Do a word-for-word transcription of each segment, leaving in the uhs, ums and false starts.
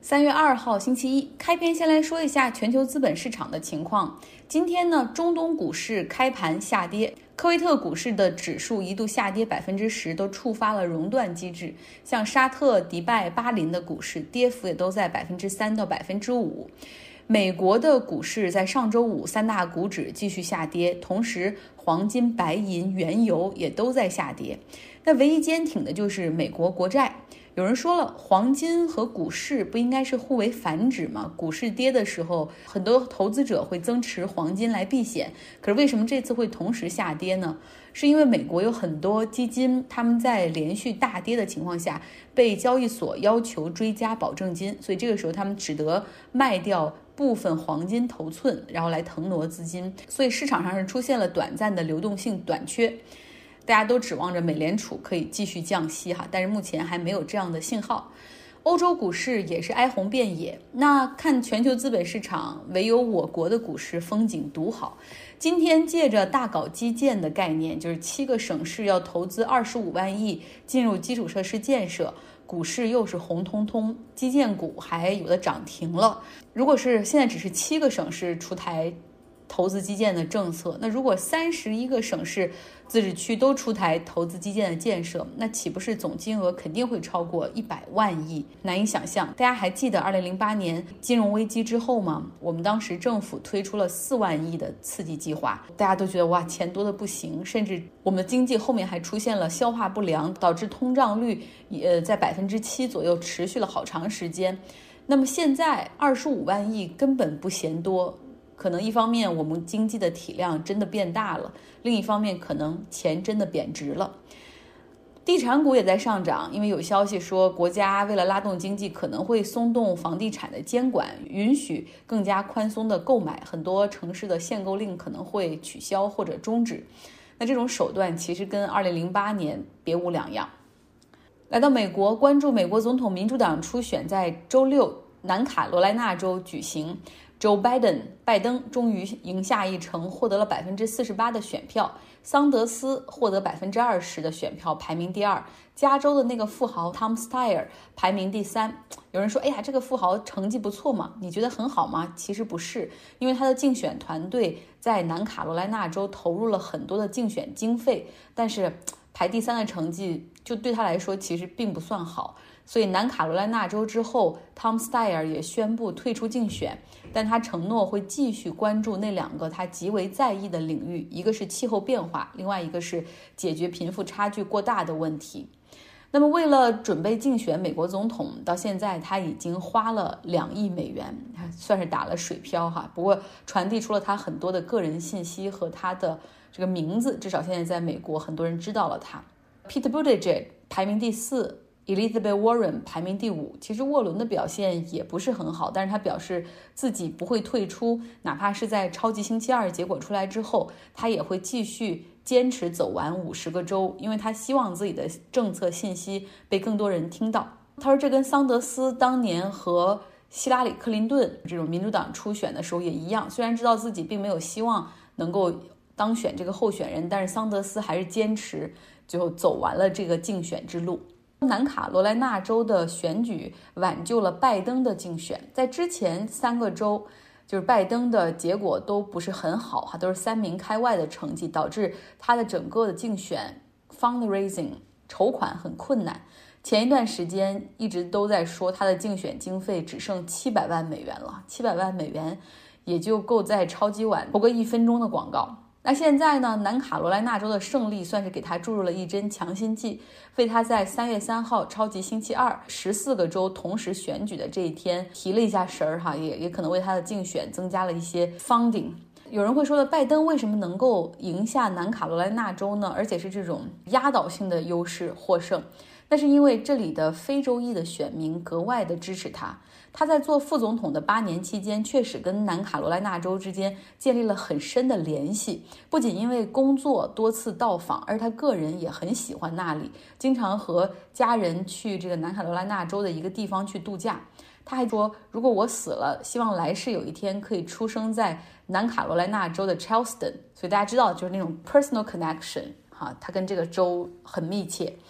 三月二号星期一，开篇先来说一下全球资本市场的情况。今天呢，中东股市开盘下跌，科威特股市的指数一度下跌百分之十，都触发了熔断机制。像沙特、迪拜、巴林的股市跌幅也都在百分之三到百分之五。美国的股市在上周五三大股指继续下跌，同时黄金、白银、原油也都在下跌。那唯一坚挺的就是美国国债。有人说了，黄金和股市不应该是互为反指吗？股市跌的时候，很多投资者会增持黄金来避险，可是为什么这次会同时下跌呢？是因为美国有很多基金，他们在连续大跌的情况下被交易所要求追加保证金，所以这个时候他们只得卖掉部分黄金头寸，然后来腾挪资金，所以市场上是出现了短暂的流动性短缺。大家都指望着美联储可以继续降息哈，但是目前还没有这样的信号。欧洲股市也是哀鸿遍野，那看全球资本市场，唯有我国的股市风景独好。今天借着大搞基建的概念，就是七个省市要投资二十五万亿进入基础设施建设，股市又是红彤彤，基建股还有的涨停了。如果是现在只是七个省市出台投资基建的政策，那如果三十一个省市自治区都出台投资基建的建设，那岂不是总金额肯定会超过一百万亿？难以想象。大家还记得二零零八年金融危机之后吗？我们当时政府推出了四万亿的刺激计划，大家都觉得哇，钱多的不行，甚至我们的经济后面还出现了消化不良，导致通胀率呃在百分之七左右持续了好长时间。那么现在二十五万亿根本不嫌多。可能一方面我们经济的体量真的变大了，另一方面可能钱真的贬值了。地产股也在上涨，因为有消息说国家为了拉动经济可能会松动房地产的监管，允许更加宽松的购买，很多城市的限购令可能会取消或者终止。那这种手段其实跟二零零八年别无两样。来到美国，关注美国总统民主党初选在周六南卡罗来纳州举行。Joe Biden 拜登终于赢下一城，获得了百分之四十八的选票。桑德斯获得百分之二十的选票，排名第二。加州的那个富豪 Tom Steyer 排名第三。有人说，哎呀，这个富豪成绩不错嘛？你觉得很好吗？其实不是，因为他的竞选团队在南卡罗来纳州投入了很多的竞选经费，但是排第三的成绩就对他来说其实并不算好。所以南卡罗来纳州之后 Tom Steyer 也宣布退出竞选，但他承诺会继续关注那两个他极为在意的领域，一个是气候变化，另外一个是解决贫富差距过大的问题。那么为了准备竞选美国总统，到现在他已经花了两亿美元，算是打了水漂哈。不过传递出了他很多的个人信息和他的这个名字，至少现在在美国很多人知道了他。Pete Buttigieg 排名第四，Elizabeth Warren 排名第五。其实沃伦的表现也不是很好，但是他表示自己不会退出，哪怕是在超级星期二结果出来之后，他也会继续坚持走完五十个州，因为他希望自己的政策信息被更多人听到。他说这跟桑德斯当年和希拉里·克林顿这种民主党初选的时候也一样，虽然知道自己并没有希望能够当选这个候选人，但是桑德斯还是坚持就走完了这个竞选之路。南卡罗来纳州的选举挽救了拜登的竞选，在之前三个州就是拜登的结果都不是很好哈，都是三名开外的成绩，导致他的整个的竞选 fundraising 筹款很困难。前一段时间一直都在说他的竞选经费只剩七百万美元了，七百万美元也就够在超级碗播个一分钟的广告。那现在呢，南卡罗来纳州的胜利算是给他注入了一针强心剂，为他在三月三号超级星期二十四个州同时选举的这一天提了一下神儿哈，也也可能为他的竞选增加了一些 funding。有人会说了，拜登为什么能够赢下南卡罗来纳州呢？而且是这种压倒性的优势获胜？那是因为这里的非洲裔的选民格外的支持他。他在做副总统的八年期间，确实跟南卡罗来纳州之间建立了很深的联系。不仅因为工作多次到访，而他个人也很喜欢那里，经常和家人去这个南卡罗来纳州的一个地方去度假。他还说，如果我死了，希望来世有一天可以出生在南卡罗来纳州的 Charleston。所以大家知道，就是那种 personal connection 哈，他跟这个州很密切。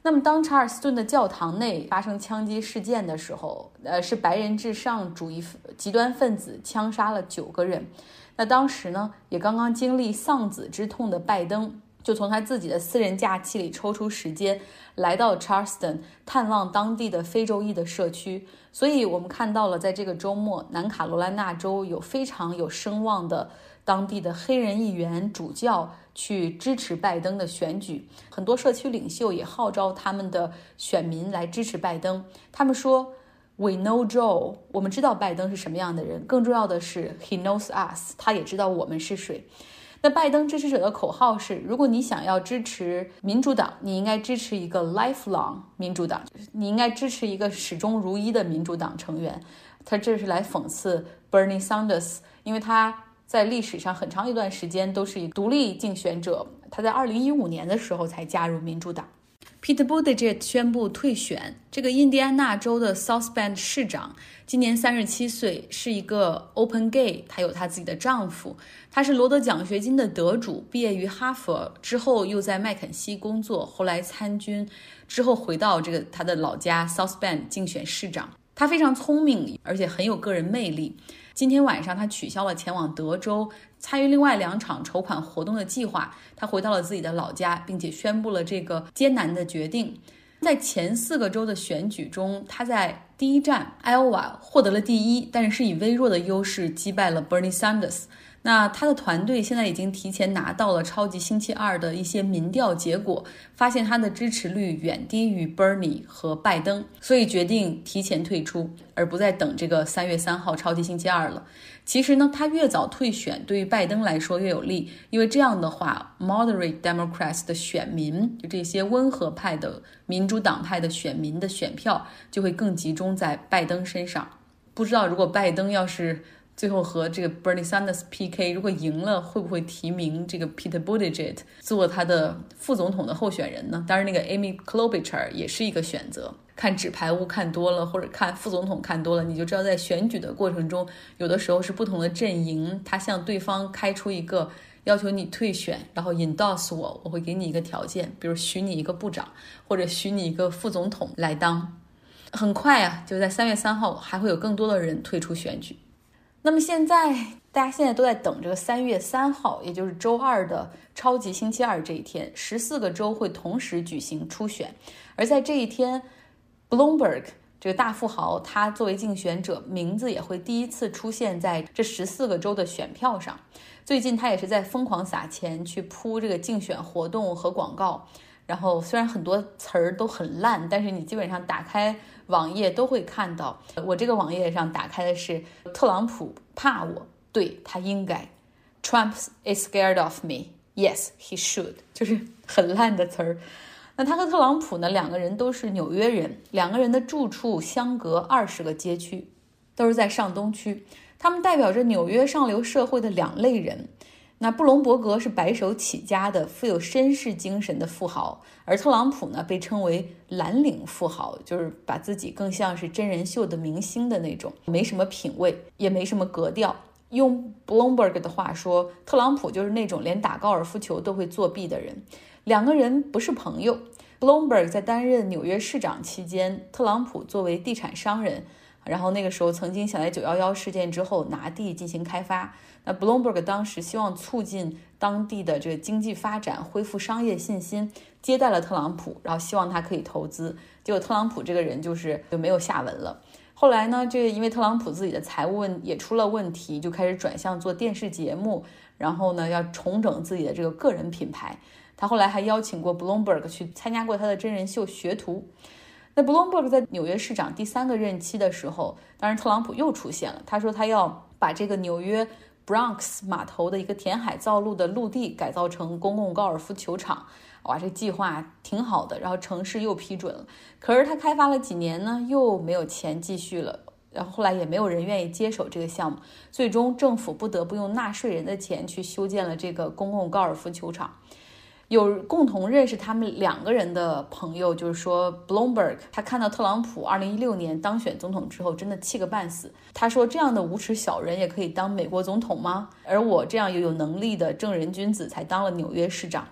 那么当查尔斯顿的教堂内发生枪击事件的时候，呃，是白人至上主义极端分子枪杀了九个人。那当时呢，也刚刚经历丧子之痛的拜登，就从他自己的私人假期里抽出时间，来到 Charleston 探望当地的非洲裔的社区。所以我们看到了，在这个周末，南卡罗来纳州有非常有声望的当地的黑人议员主教去支持拜登的选举，很多社区领袖也号召他们的选民来支持拜登。他们说 We know Joe， 我们知道拜登是什么样的人，更重要的是 He knows us， 他也知道我们是谁。那拜登支持者的口号是，如果你想要支持民主党，你应该支持一个 lifelong 民主党，你应该支持一个始终如一的民主党成员。他这是来讽刺 Bernie Sanders， 因为他在历史上很长一段时间都是以独立竞选者，他在二零一五年的时候才加入民主党。Pete Buttigieg 宣布退选。这个印第安纳州的 South Bend 市长今年三十七岁，是一个 open gay， 她有她自己的丈夫，她是罗德奖学金的得主，毕业于哈佛之后又在麦肯锡工作，后来参军之后回到这个她的老家 South Bend 竞选市长。她非常聪明，而且很有个人魅力。今天晚上她取消了前往德州参与另外两场筹款活动的计划，她回到了自己的老家，并且宣布了这个艰难的决定。在前四个州的选举中，她在第一站 Iowa 获得了第一，但是是以微弱的优势击败了 Bernie Sanders。那他的团队现在已经提前拿到了超级星期二的一些民调结果，发现他的支持率远低于 Bernie 和拜登，所以决定提前退出，而不再等这个三月三号超级星期二了。其实呢，他越早退选对于拜登来说越有利，因为这样的话 Moderate Democrats 的选民，就这些温和派的民主党派的选民的选票就会更集中在拜登身上。不知道如果拜登要是最后和这个 Bernie Sanders P K， 如果赢了，会不会提名这个 Pete Buttigieg 做他的副总统的候选人呢？当然那个 Amy Klobuchar 也是一个选择。看纸牌屋看多了，或者看副总统看多了，你就知道在选举的过程中，有的时候是不同的阵营，他向对方开出一个要求你退选，然后 endorse 我，我会给你一个条件，比如许你一个部长，或者许你一个副总统来当。很快啊，就在三月三号还会有更多的人退出选举。那么现在大家现在都在等这个三月三号，也就是周二的超级星期二这一天，十四个州会同时举行初选。而在这一天 Bloomberg 这个大富豪，他作为竞选者，名字也会第一次出现在这十四个州的选票上。最近他也是在疯狂撒钱去铺这个竞选活动和广告，然后虽然很多词儿都很烂，但是你基本上打开网页都会看到。我这个网页上打开的是特朗普怕我，对，他应该 Trump is scared of me, yes he should， 就是很烂的词儿。那他和特朗普呢，两个人都是纽约人，两个人的住处相隔二十个街区，都是在上东区。他们代表着纽约上流社会的两类人。那布隆伯格是白手起家的富有绅士精神的富豪，而特朗普呢被称为蓝领富豪，就是把自己更像是真人秀的明星的那种，没什么品味，也没什么格调。用 Bloomberg 的话说，特朗普就是那种连打高尔夫球都会作弊的人。两个人不是朋友。Bloomberg 在担任纽约市长期间，特朗普作为地产商人，然后那个时候曾经想在九一一事件之后拿地进行开发。那 Bloomberg 当时希望促进当地的这个经济发展，恢复商业信心，接待了特朗普，然后希望他可以投资。结果特朗普这个人就是就没有下文了。后来呢，这因为特朗普自己的财务问也出了问题，就开始转向做电视节目，然后呢要重整自己的这个个人品牌。他后来还邀请过 Bloomberg 去参加过他的真人秀学徒。那 Bloomberg 在纽约市长第三个任期的时候，当然特朗普又出现了，他说他要把这个纽约 Bronx 码头的一个填海造陆的陆地改造成公共高尔夫球场。哇，这计划挺好的，然后城市又批准了。可是他开发了几年呢，又没有钱继续了，然后后来也没有人愿意接手这个项目，最终政府不得不用纳税人的钱去修建了这个公共高尔夫球场。有共同认识他们两个人的朋友就是说 Bloomberg 他看到特朗普二零一六年当选总统之后真的气个半死，他说这样的无耻小人也可以当美国总统吗？而我这样又有能力的正人君子才当了纽约市长。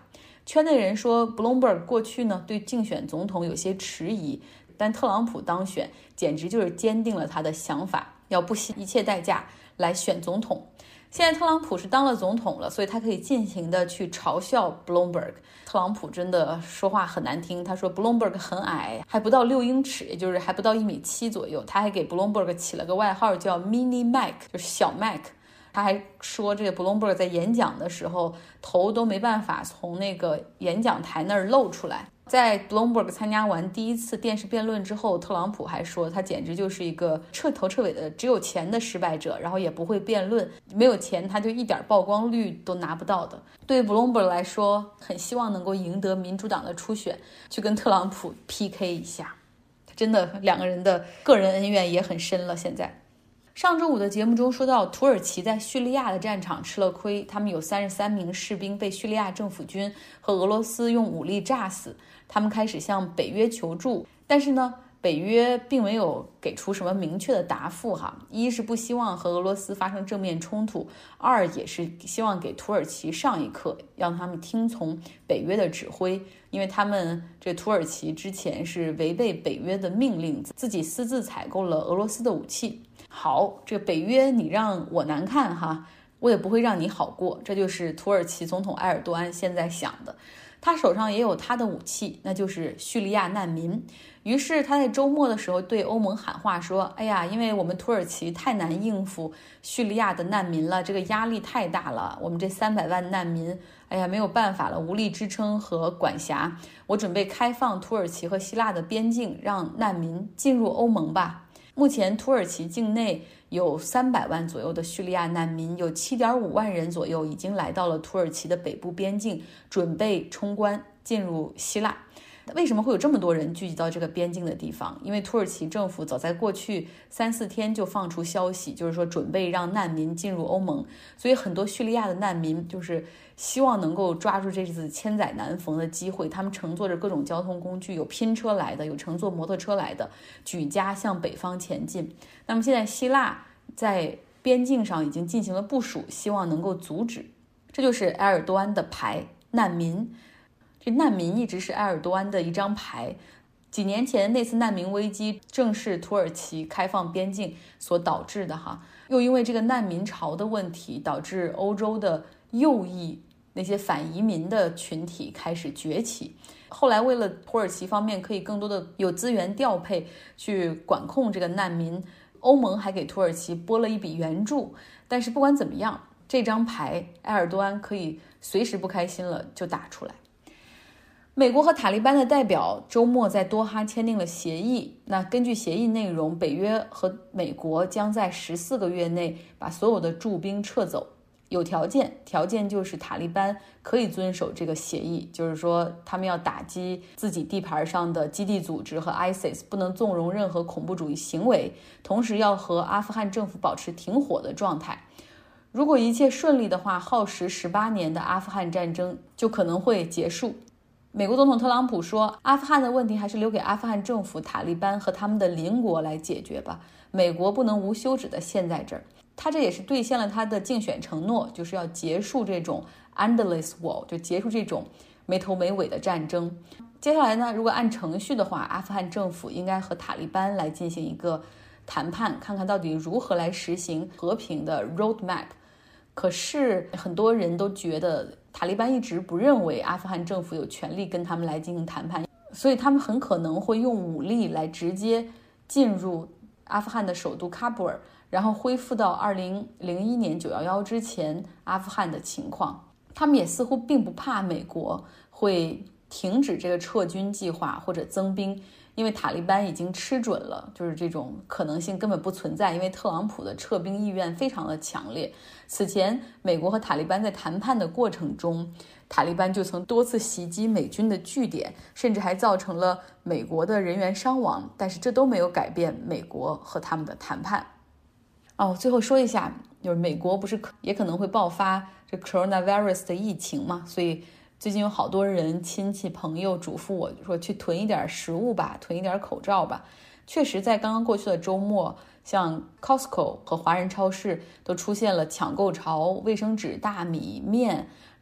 圈内人说 Bloomberg 过去呢对竞选总统有些迟疑，但特朗普当选简直就是坚定了他的想法，要不惜一切代价来选总统。现在特朗普是当了总统了，所以他可以尽情的去嘲笑 Bloomberg。特朗普真的说话很难听，他说 Bloomberg 很矮，还不到六英尺，也就是还不到一米七左右。他还给 Bloomberg 起了个外号叫 Mini Mac， 就是小 Mac。他还说这个 Bloomberg 在演讲的时候头都没办法从那个演讲台那儿露出来。在 Bloomberg 参加完第一次电视辩论之后，特朗普还说他简直就是一个彻头彻尾的只有钱的失败者，然后也不会辩论，没有钱他就一点曝光率都拿不到的。对于 Bloomberg 来说，很希望能够赢得民主党的初选，去跟特朗普 P K 一下。真的两个人的个人恩怨也很深了。现在上周五的节目中说到，土耳其在叙利亚的战场吃了亏，他们有三十三名士兵被叙利亚政府军和俄罗斯用武力炸死，他们开始向北约求助，但是呢，北约并没有给出什么明确的答复哈。一是不希望和俄罗斯发生正面冲突，二也是希望给土耳其上一课，让他们听从北约的指挥，因为他们这土耳其之前是违背北约的命令，自己私自采购了俄罗斯的武器。好，这个北约你让我难看哈，我也不会让你好过，这就是土耳其总统埃尔多安现在想的。他手上也有他的武器，那就是叙利亚难民。于是他在周末的时候对欧盟喊话说，哎呀，因为我们土耳其太难应付叙利亚的难民了，这个压力太大了，我们这三百万难民，哎呀，没有办法了，无力支撑和管辖，我准备开放土耳其和希腊的边境，让难民进入欧盟吧。目前土耳其境内有三百万左右的叙利亚难民，有 七点五万人左右已经来到了土耳其的北部边境，准备冲关进入希腊。为什么会有这么多人聚集到这个边境的地方？因为土耳其政府早在过去三四天就放出消息，就是说准备让难民进入欧盟，所以很多叙利亚的难民就是希望能够抓住这次千载难逢的机会，他们乘坐着各种交通工具，有拼车来的，有乘坐摩托车来的，举家向北方前进。那么现在希腊在边境上已经进行了部署，希望能够阻止。这就是埃尔多安的牌，难民。这难民一直是埃尔多安的一张牌。几年前那次难民危机正是土耳其开放边境所导致的哈，又因为这个难民潮的问题，导致欧洲的右翼那些反移民的群体开始崛起。后来为了土耳其方面可以更多的有资源调配去管控这个难民，欧盟还给土耳其拨了一笔援助。但是不管怎么样，这张牌埃尔多安可以随时不开心了就打出来。美国和塔利班的代表周末在多哈签订了协议。那根据协议内容，北约和美国将在十四个月内把所有的驻兵撤走，有条件，条件就是塔利班可以遵守这个协议，就是说他们要打击自己地盘上的基地组织和 I S I S， 不能纵容任何恐怖主义行为，同时要和阿富汗政府保持停火的状态。如果一切顺利的话，耗时十八年的阿富汗战争就可能会结束。美国总统特朗普说，阿富汗的问题还是留给阿富汗政府、塔利班和他们的邻国来解决吧，美国不能无休止地陷在这儿。他这也是兑现了他的竞选承诺，就是要结束这种 endless war， 就结束这种没头没尾的战争。接下来呢，如果按程序的话，阿富汗政府应该和塔利班来进行一个谈判，看看到底如何来实行和平的 roadmap。可是很多人都觉得塔利班一直不认为阿富汗政府有权利跟他们来进行谈判，所以他们很可能会用武力来直接进入阿富汗的首都喀布尔，然后恢复到二零零一年九一一之前阿富汗的情况。他们也似乎并不怕美国会停止这个撤军计划或者增兵，因为塔利班已经吃准了，就是这种可能性根本不存在，因为特朗普的撤兵意愿非常的强烈。此前美国和塔利班在谈判的过程中，塔利班就曾多次袭击美军的据点，甚至还造成了美国的人员伤亡，但是这都没有改变美国和他们的谈判。哦，最后说一下，就是美国不是也可能会爆发这 coronavirus 的疫情嘛，所以最近有好多人亲戚朋友嘱咐我说去囤一点食物吧，囤一点口罩吧。确实在刚刚过去的周末，像 Costco 和华人超市都出现了抢购潮，卫生纸、大米、面，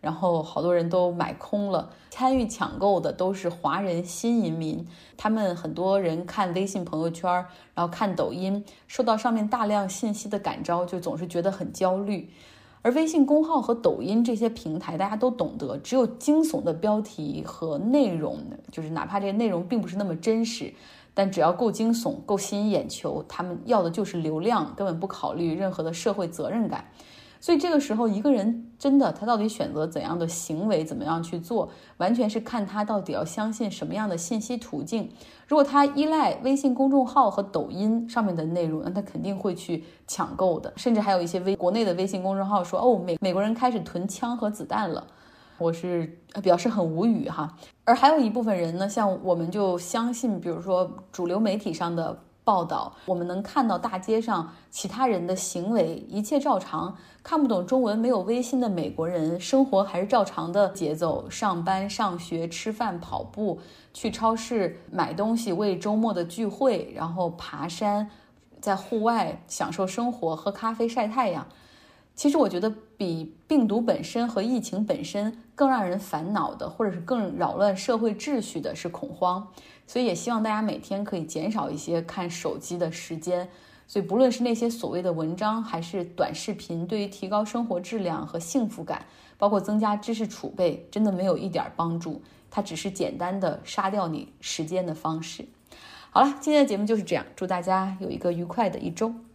然后好多人都买空了。参与抢购的都是华人新移民，他们很多人看微信朋友圈，然后看抖音，受到上面大量信息的感召，就总是觉得很焦虑。而微信公号和抖音这些平台大家都懂得，只有惊悚的标题和内容，就是哪怕这些内容并不是那么真实，但只要够惊悚够吸引眼球，他们要的就是流量，根本不考虑任何的社会责任感。所以这个时候一个人真的他到底选择怎样的行为，怎么样去做，完全是看他到底要相信什么样的信息途径。如果他依赖微信公众号和抖音上面的内容，那他肯定会去抢购的。甚至还有一些微国内的微信公众号说，哦，美美国人开始囤枪和子弹了，我是表示很无语哈。而还有一部分人呢，像我们就相信，比如说主流媒体上的报道，我们能看到大街上其他人的行为，一切照常。看不懂中文没有微信的美国人，生活还是照常的节奏，上班上学吃饭跑步，去超市买东西，为周末的聚会，然后爬山，在户外享受生活，喝咖啡晒太阳。其实我觉得比病毒本身和疫情本身更让人烦恼的，或者是更扰乱社会秩序的是恐慌。所以也希望大家每天可以减少一些看手机的时间。所以不论是那些所谓的文章还是短视频，对于提高生活质量和幸福感，包括增加知识储备，真的没有一点帮助，它只是简单的杀掉你时间的方式。好了，今天的节目就是这样，祝大家有一个愉快的一周。